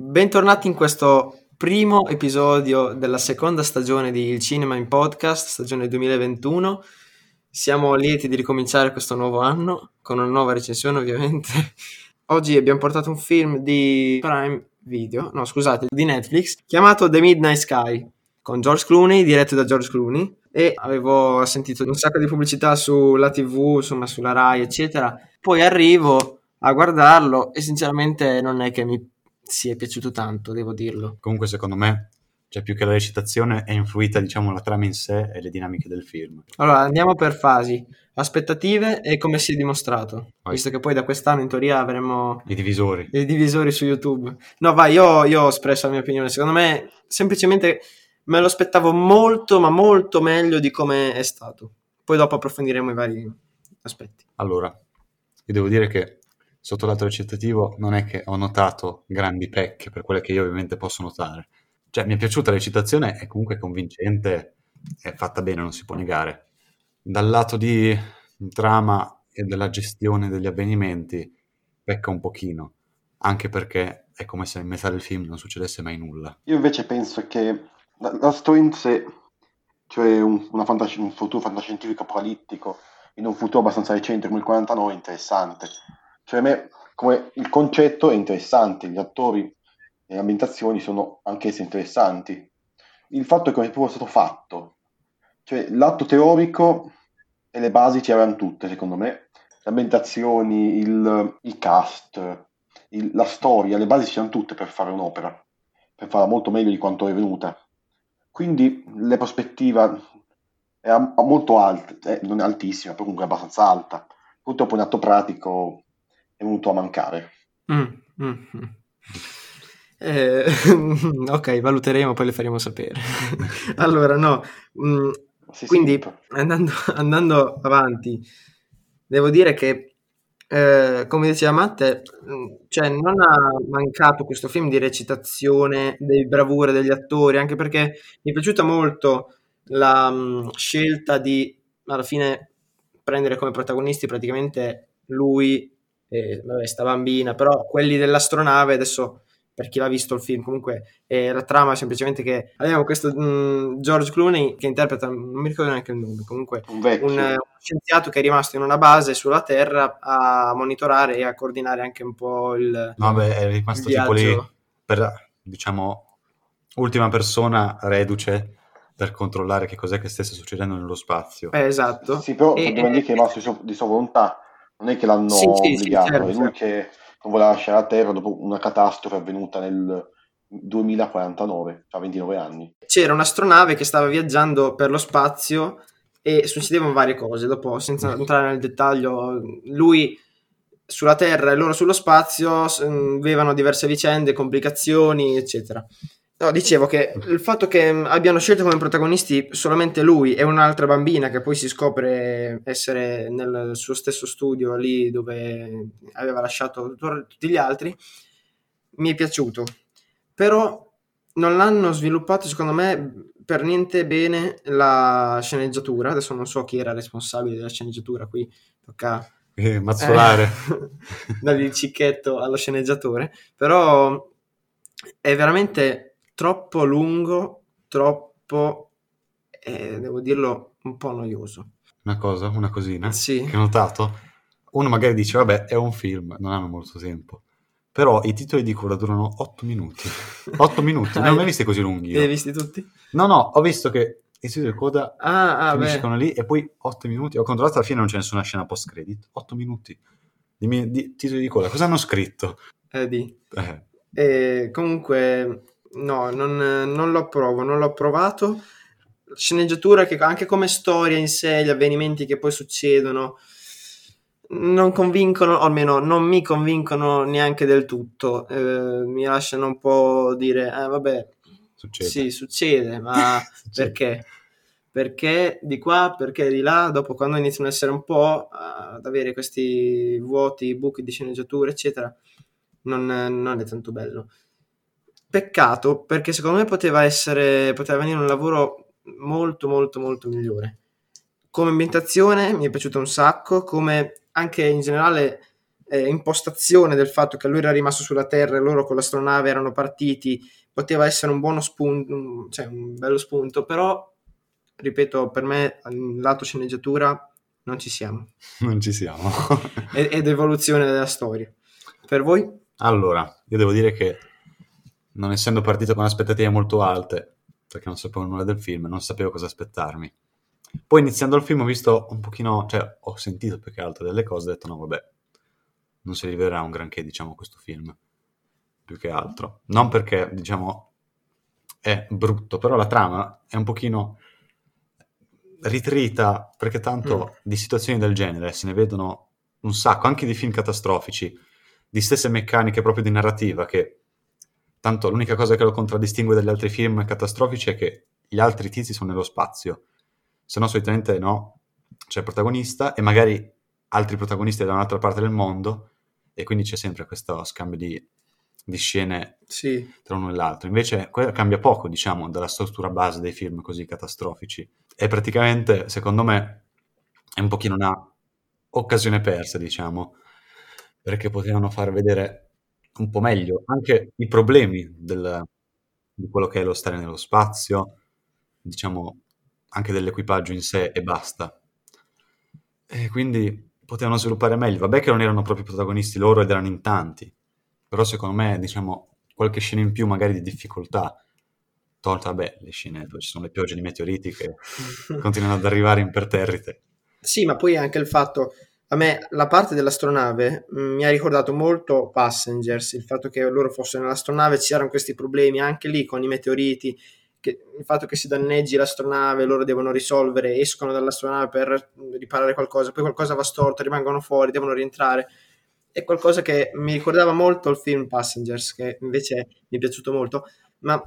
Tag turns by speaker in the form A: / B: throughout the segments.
A: Bentornati in questo primo episodio della seconda stagione di Il Cinema in Podcast, stagione 2021. Siamo lieti di ricominciare questo nuovo anno con una nuova recensione, ovviamente. Oggi abbiamo portato un film di Prime Video, no scusate, di Netflix, chiamato The Midnight Sky, con George Clooney, diretto da George Clooney, e avevo sentito un sacco di pubblicità sulla TV, insomma sulla Rai, eccetera. Poi arrivo a guardarlo e sinceramente non è che mi sia piaciuto tanto, devo dirlo.
B: Comunque secondo me, cioè più che la recitazione è influita, diciamo, la trama in sé e le dinamiche del film.
A: Allora, andiamo per fasi. Aspettative e come si è dimostrato.
B: Vai.
A: Visto che poi da quest'anno in teoria avremo
B: I divisori.
A: i divisori su YouTube. No, vai, io ho espresso la mia opinione. Secondo me, semplicemente me lo aspettavo molto, ma molto meglio di come è stato. Poi dopo approfondiremo i vari aspetti.
B: Allora, io devo dire che sotto lato recitativo non è che ho notato grandi pecche per quelle che io ovviamente posso notare. Cioè, mi è piaciuta la recitazione, è comunque convincente, è fatta bene, non si può negare. Dal lato di trama e della gestione degli avvenimenti pecca un pochino, anche perché è come se in metà del film non succedesse mai nulla.
C: Io invece penso che la storia in sé, cioè un futuro fantascientifico apocalittico, in un futuro abbastanza recente come il 49, è interessante. Cioè a me, come il concetto è interessante, gli attori e le ambientazioni sono anch'esse interessanti. Il fatto è come è proprio stato fatto. Cioè l'atto teorico e le basi ci avevano tutte, secondo me. Le ambientazioni, il cast, la storia, le basi ci sono tutte per fare un'opera, per farla molto meglio di quanto è venuta. Quindi la prospettiva è molto alta, non è altissima, però comunque è abbastanza alta. Purtroppo in atto pratico è venuto a mancare.
A: Ok, valuteremo, poi le faremo sapere. Allora, no.
C: Sì,
A: Quindi,
C: sì.
A: andando avanti, devo dire che, come diceva Matte, cioè non ha mancato questo film di recitazione, di bravura degli attori, anche perché mi è piaciuta molto la scelta di, alla fine, prendere come protagonisti praticamente lui e vabbè, sta bambina, però quelli dell'astronave adesso per chi l'ha visto il film comunque la trama è semplicemente che abbiamo questo George Clooney che interpreta, non mi ricordo neanche il nome, comunque
C: Un vecchio.
A: un scienziato che è rimasto in una base sulla Terra a monitorare e a coordinare anche un po' il
B: Vabbè, è rimasto tipo lì
A: viaggio.
B: per, diciamo, ultima persona reduce per controllare che cos'è che stesse succedendo nello spazio.
A: Esatto.
C: Sì, però
A: E,
C: dobbiamo dire che è rimasto di sua volontà, non è che l'hanno
A: sì,
C: obbligato,
A: certo,
C: è lui
A: certo.
C: che non voleva lasciare la Terra dopo una catastrofe avvenuta nel 2049, a 29 anni.
A: C'era un'astronave che stava viaggiando per lo spazio e succedevano varie cose. Dopo, senza entrare nel dettaglio, lui sulla Terra e loro sullo spazio avevano diverse vicende, complicazioni, eccetera. No, dicevo che il fatto che abbiano scelto come protagonisti solamente lui e un'altra bambina che poi si scopre essere nel suo stesso studio lì dove aveva lasciato tutti gli altri, mi è piaciuto. Però non l'hanno sviluppato secondo me per niente bene la sceneggiatura. Adesso non so chi era responsabile della sceneggiatura, qui tocca
B: Mazzolare.
A: dargli il cicchetto allo sceneggiatore, però è veramente troppo lungo, troppo, devo dirlo, un po' noioso.
B: Una cosina,
A: Sì.
B: che ho notato. Uno magari dice, vabbè, è un film, non hanno molto tempo. Però i titoli di coda durano 8 minuti. 8 minuti, non ne ho mai visti così lunghi.
A: Li hai visti tutti?
B: No, ho visto che i titoli di coda finiscono
A: beh.
B: lì e poi 8 minuti. Ho controllato, alla fine non c'è nessuna scena post-credit. 8 minuti. Di titoli di coda, cosa hanno scritto?
A: Comunque, no, non lo approvo, non l'ho provato. Sceneggiatura che anche come storia in sé, gli avvenimenti che poi succedono non convincono, o almeno non mi convincono neanche del tutto. Mi lasciano un po' dire, vabbè,
B: Succede.
A: sì, succede, ma perché? Perché di qua, perché di là, dopo quando iniziano ad essere un po' ad avere questi vuoti, buchi di sceneggiatura, eccetera, non è tanto bello. Peccato, perché secondo me poteva venire un lavoro molto molto molto migliore. Come ambientazione mi è piaciuta un sacco, come anche in generale impostazione del fatto che lui era rimasto sulla Terra e loro con l'astronave erano partiti poteva essere un buono spunto, cioè un bello spunto, però ripeto, per me lato sceneggiatura non ci siamo.
B: Non ci siamo.
A: Ed evoluzione della storia. Per voi?
B: Allora, io devo dire che non essendo partito con aspettative molto alte, perché non sapevo nulla del film, non sapevo cosa aspettarmi. Poi iniziando il film ho visto un pochino, cioè ho sentito più che altro delle cose e ho detto no vabbè, non si rivelerà un granché diciamo questo film, più che altro. Non perché diciamo è brutto, però la trama è un pochino ritrita, perché tanto di situazioni del genere se ne vedono un sacco, anche di film catastrofici, di stesse meccaniche proprio di narrativa, che tanto l'unica cosa che lo contraddistingue dagli altri film catastrofici è che gli altri tizi sono nello spazio, se no solitamente no, c'è il protagonista e magari altri protagonisti da un'altra parte del mondo e quindi c'è sempre questo scambio di scene
A: Sì.
B: tra uno e l'altro. Invece cambia poco, diciamo, dalla struttura base dei film così catastrofici. E praticamente, secondo me, è un pochino una occasione persa, diciamo, perché potevano far vedere un po' meglio anche i problemi di quello che è lo stare nello spazio, diciamo, anche dell'equipaggio in sé e basta. E quindi potevano sviluppare meglio. Vabbè che non erano proprio protagonisti loro ed erano in tanti, però secondo me, diciamo, qualche scena in più magari di difficoltà, tolta, vabbè, le scene dove ci sono le piogge di meteoriti che continuano ad arrivare imperterrite.
A: Sì, ma poi anche il fatto, a me la parte dell'astronave mi ha ricordato molto Passengers, il fatto che loro fossero nell'astronave, c'erano questi problemi anche lì con i meteoriti, il fatto che si danneggi l'astronave, loro devono risolvere, escono dall'astronave per riparare qualcosa, poi qualcosa va storto, rimangono fuori, devono rientrare. È qualcosa che mi ricordava molto il film Passengers, che invece mi è piaciuto molto, ma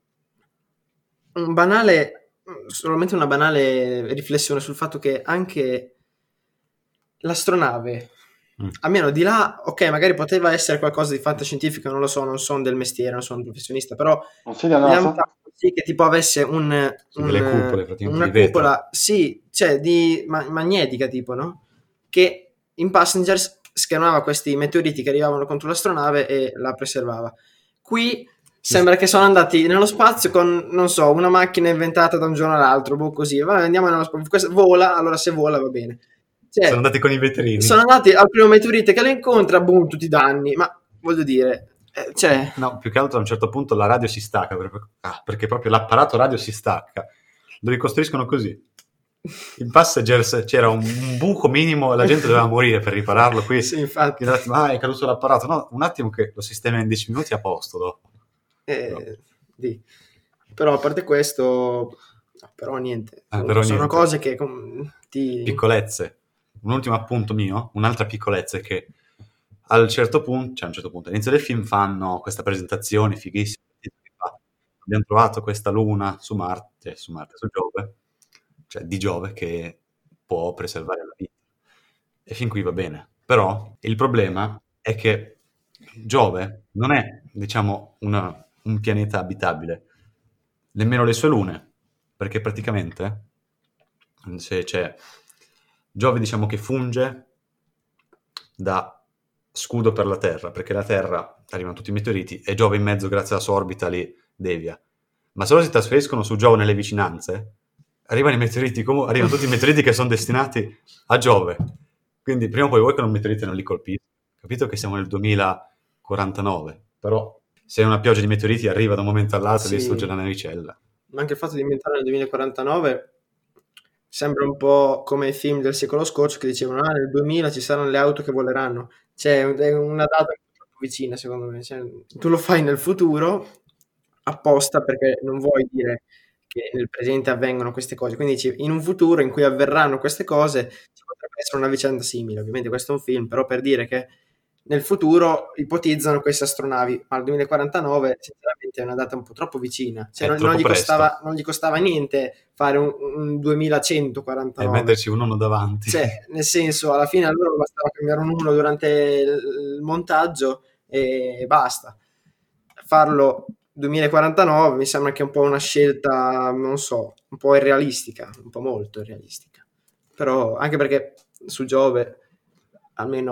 A: solamente una banale riflessione sul fatto che anche l'astronave, almeno di là, ok, magari poteva essere qualcosa di fantascientifico, non lo so, non sono del mestiere, non sono un professionista, però
C: Non sei la
A: gli hanno
C: NASA?
A: fatto sì che tipo avesse
B: Delle cupole, praticamente
A: una
B: di vetro.
A: cupola, sì, cioè di magnetica tipo, no? Che in Passengers schermava questi meteoriti che arrivavano contro l'astronave e la preservava. Qui sembra che sono andati nello spazio con, non so, una macchina inventata da un giorno all'altro, boh, così, va, andiamo nello spazio, vola, allora se vola va bene. Cioè,
B: Sono andati con i vetrini.
A: sono andati al primo meteorite che lo incontra, boom, tutti i danni, ma voglio dire, cioè...
B: No, più che altro a un certo punto la radio si stacca, perché proprio l'apparato radio si stacca. Lo ricostruiscono così. In Passengers c'era un buco minimo e la gente doveva morire per ripararlo. Qui
A: Sì, infatti.
B: è caduto l'apparato. No, un attimo che lo sistema in 10 minuti a posto dopo.
A: Però a parte questo, però niente.
B: Però
A: sono
B: niente.
A: cose che
B: Piccolezze. Un ultimo appunto mio, un'altra piccolezza è che a un certo punto, all'inizio del film fanno questa presentazione fighissima. Abbiamo trovato questa luna su Marte, su Giove, cioè di Giove, che può preservare la vita. E fin qui va bene. Però il problema è che Giove non è, diciamo, un pianeta abitabile, nemmeno le sue lune, perché praticamente se c'è Giove, diciamo che funge da scudo per la Terra, perché la Terra arrivano tutti i meteoriti e Giove in mezzo, grazie alla sua orbita, li devia. Ma se loro si trasferiscono su Giove nelle vicinanze, arrivano tutti i meteoriti che sono destinati a Giove. Quindi prima o poi vuoi che un meteorite non li colpisca. Capito che siamo nel 2049, però se una pioggia di meteoriti arriva da un momento all'altro
A: Sì.
B: e distrugge la navicella.
A: Ma anche il fatto di inventare nel 2049 sembra un po' come i film del secolo scorso che dicevano nel 2000 ci saranno le auto che voleranno. Cioè, è una data troppo vicina, secondo me. Cioè, tu lo fai nel futuro apposta perché non vuoi dire che nel presente avvengono queste cose. Quindi dici, in un futuro in cui avverranno queste cose ci potrebbe essere una vicenda simile. Ovviamente questo è un film, però per dire che nel futuro ipotizzano queste astronavi, ma al 2049 sinceramente è una data un po' troppo vicina, cioè non gli costava niente fare un 2149
B: e metterci un 1 davanti,
A: cioè nel senso alla fine a loro bastava cambiare un 1 durante il montaggio e basta. Farlo 2049 mi sembra che è un po' una scelta, non so, un po' irrealistica, un po' molto irrealistica, però anche perché su Giove almeno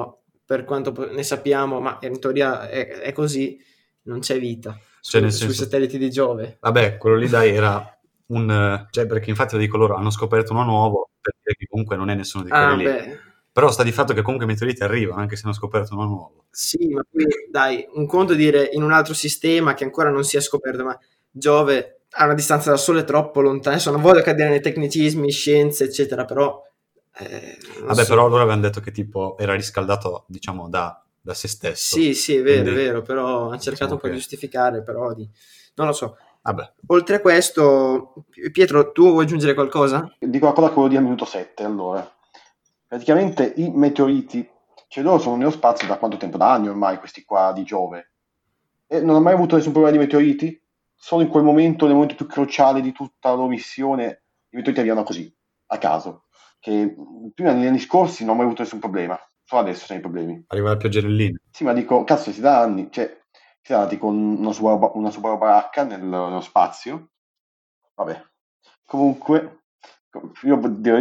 A: per quanto ne sappiamo, ma in teoria è così, non c'è vita
B: Cioè, nel
A: sui
B: senso,
A: satelliti di Giove.
B: vabbè, quello lì dai era cioè, perché infatti lo dico loro, hanno scoperto uno nuovo, perché comunque non è nessuno di quelli lì.
A: Beh,
B: Però sta di fatto che comunque i meteoriti arrivano, anche se hanno scoperto uno nuovo.
A: sì, ma poi dai, un conto dire in un altro sistema che ancora non si è scoperto, ma Giove ha una distanza dal Sole troppo lontana. Adesso non voglio cadere nei tecnicismi, scienze, eccetera, però non
B: Vabbè,
A: so.
B: però loro avevano detto che tipo era riscaldato, diciamo, da se stesso.
A: Sì, è vero,
B: Quindi,
A: è vero, però hanno cercato
B: diciamo
A: un po' di
B: che-
A: giustificare, però non lo so.
B: Vabbè,
A: Oltre a questo, Pietro, tu vuoi aggiungere qualcosa?
C: Dico la cosa che volevo dire al minuto 7, allora. Praticamente i meteoriti, cioè loro sono nello spazio da quanto tempo? Da anni ormai, questi qua di Giove. E non ho mai avuto nessun problema di meteoriti? Solo in quel momento, nel momento più cruciale di tutta la loro missione, i meteoriti arrivano così, a caso. Che prima, negli anni scorsi, non ho mai avuto nessun problema. Solo adesso sono i problemi.
B: arriva la pioggerellina.
C: Sì, ma dico, cazzo, si da anni, cioè, siamo andati con una Subaru baracca nello spazio. Vabbè. Comunque, io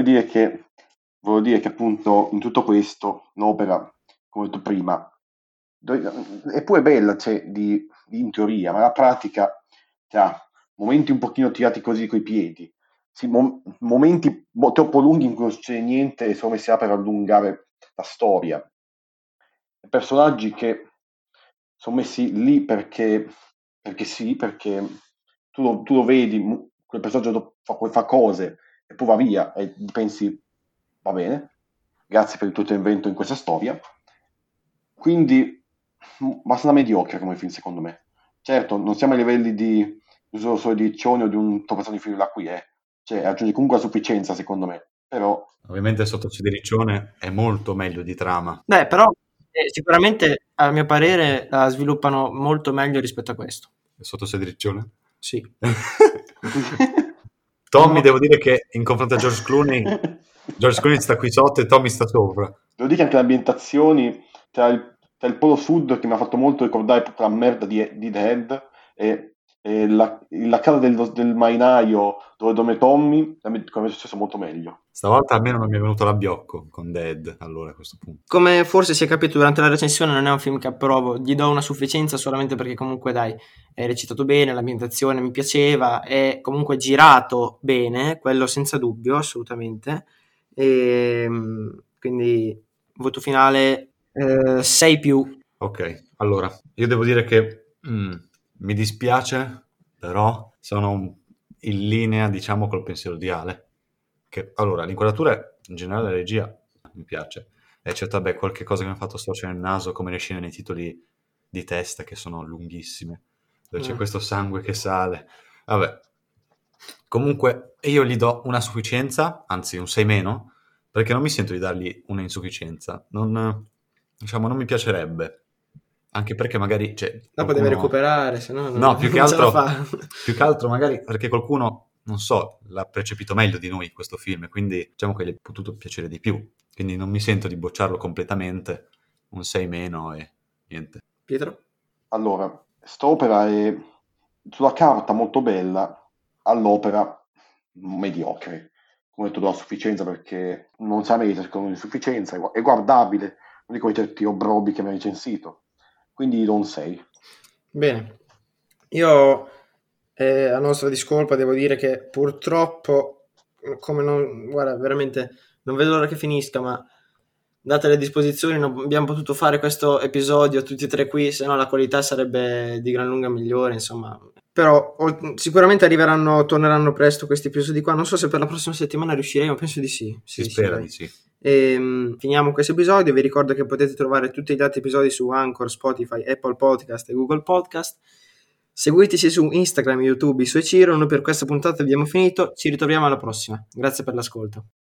C: volevo dire che appunto in tutto questo l'opera, come ho detto prima, è pure bella, cioè, in teoria, ma la pratica ha momenti un pochino tirati così coi piedi, sì, momenti troppo lunghi in cui non succede niente e sono messi là per allungare la storia. Personaggi che sono messi lì perché sì, perché tu lo vedi, quel personaggio fa cose e poi va via e pensi, va bene, grazie per il tuo intervento in questa storia. Quindi, abbastanza mediocre come film, secondo me. Certo, non siamo ai livelli di Uso solo di Riccione o di un topazzone di film da qui, Cioè, aggiunge comunque a sufficienza, secondo me. Però,
B: Ovviamente sotto Riccione è molto meglio di trama.
A: Beh, però sicuramente, a mio parere, la sviluppano molto meglio rispetto a questo.
B: Sotto Riccione?
A: Sì.
B: Tommy,
A: No.
B: devo dire che in confronto a George Clooney sta qui sotto e Tommy sta sopra.
C: devo dire che anche le ambientazioni tra il polo sud che mi ha fatto molto ricordare proprio la merda di The Head e la casa del marinaio dove dorme Tommy, come è successo molto meglio.
B: Stavolta almeno non mi è venuto l'abbiocco con Dead, allora a questo punto.
A: Come forse si è capito durante la recensione, non è un film che approvo, gli do una sufficienza solamente perché comunque dai, è recitato bene, l'ambientazione mi piaceva, è comunque girato bene, quello senza dubbio, assolutamente. E quindi voto finale 6+.
B: Ok, allora, io devo dire che mi dispiace, però sono in linea, diciamo, col pensiero di Ale. Che, allora, l'inquadratura, in generale la regia, mi piace. Eccetto, vabbè, qualche cosa che mi ha fatto storcere il naso, come le scene nei titoli di testa, che sono lunghissime, dove c'è questo sangue che sale. Vabbè, comunque io gli do una sufficienza, anzi un 6 meno, perché non mi sento di dargli una insufficienza. Diciamo, non mi piacerebbe. Anche perché magari
A: Dopo deve recuperare, se no
B: no, più che
A: non ce la
B: altro
A: fa.
B: più che altro magari perché qualcuno, non so, l'ha percepito meglio di noi questo film, quindi diciamo che gli è potuto piacere di più. Quindi non mi sento di bocciarlo completamente, un 6 meno e niente.
A: Pietro?
C: Allora, st'opera è sulla carta molto bella, all'opera mediocre. Come detto, do la sufficienza perché non sa merita secondo me insufficienza, è guardabile, non dico i certi obrobi che mi ha recensito. Quindi do un 6.
A: Bene, io a nostra discolpa devo dire che purtroppo, guarda, veramente non vedo l'ora che finisca, ma date le disposizioni non abbiamo potuto fare questo episodio tutti e tre qui, se no la qualità sarebbe di gran lunga migliore, insomma. Però sicuramente torneranno presto questi episodi qua, non so se per la prossima settimana riusciremo, penso di sì.
B: Si spera
A: dai.
B: di sì.
A: Finiamo questo episodio, vi ricordo che potete trovare tutti gli altri episodi su Anchor, Spotify, Apple Podcast e Google Podcast. Seguiteci su Instagram, YouTube, su Ciro. Noi per questa puntata abbiamo finito, ci ritroviamo alla prossima. Grazie per l'ascolto.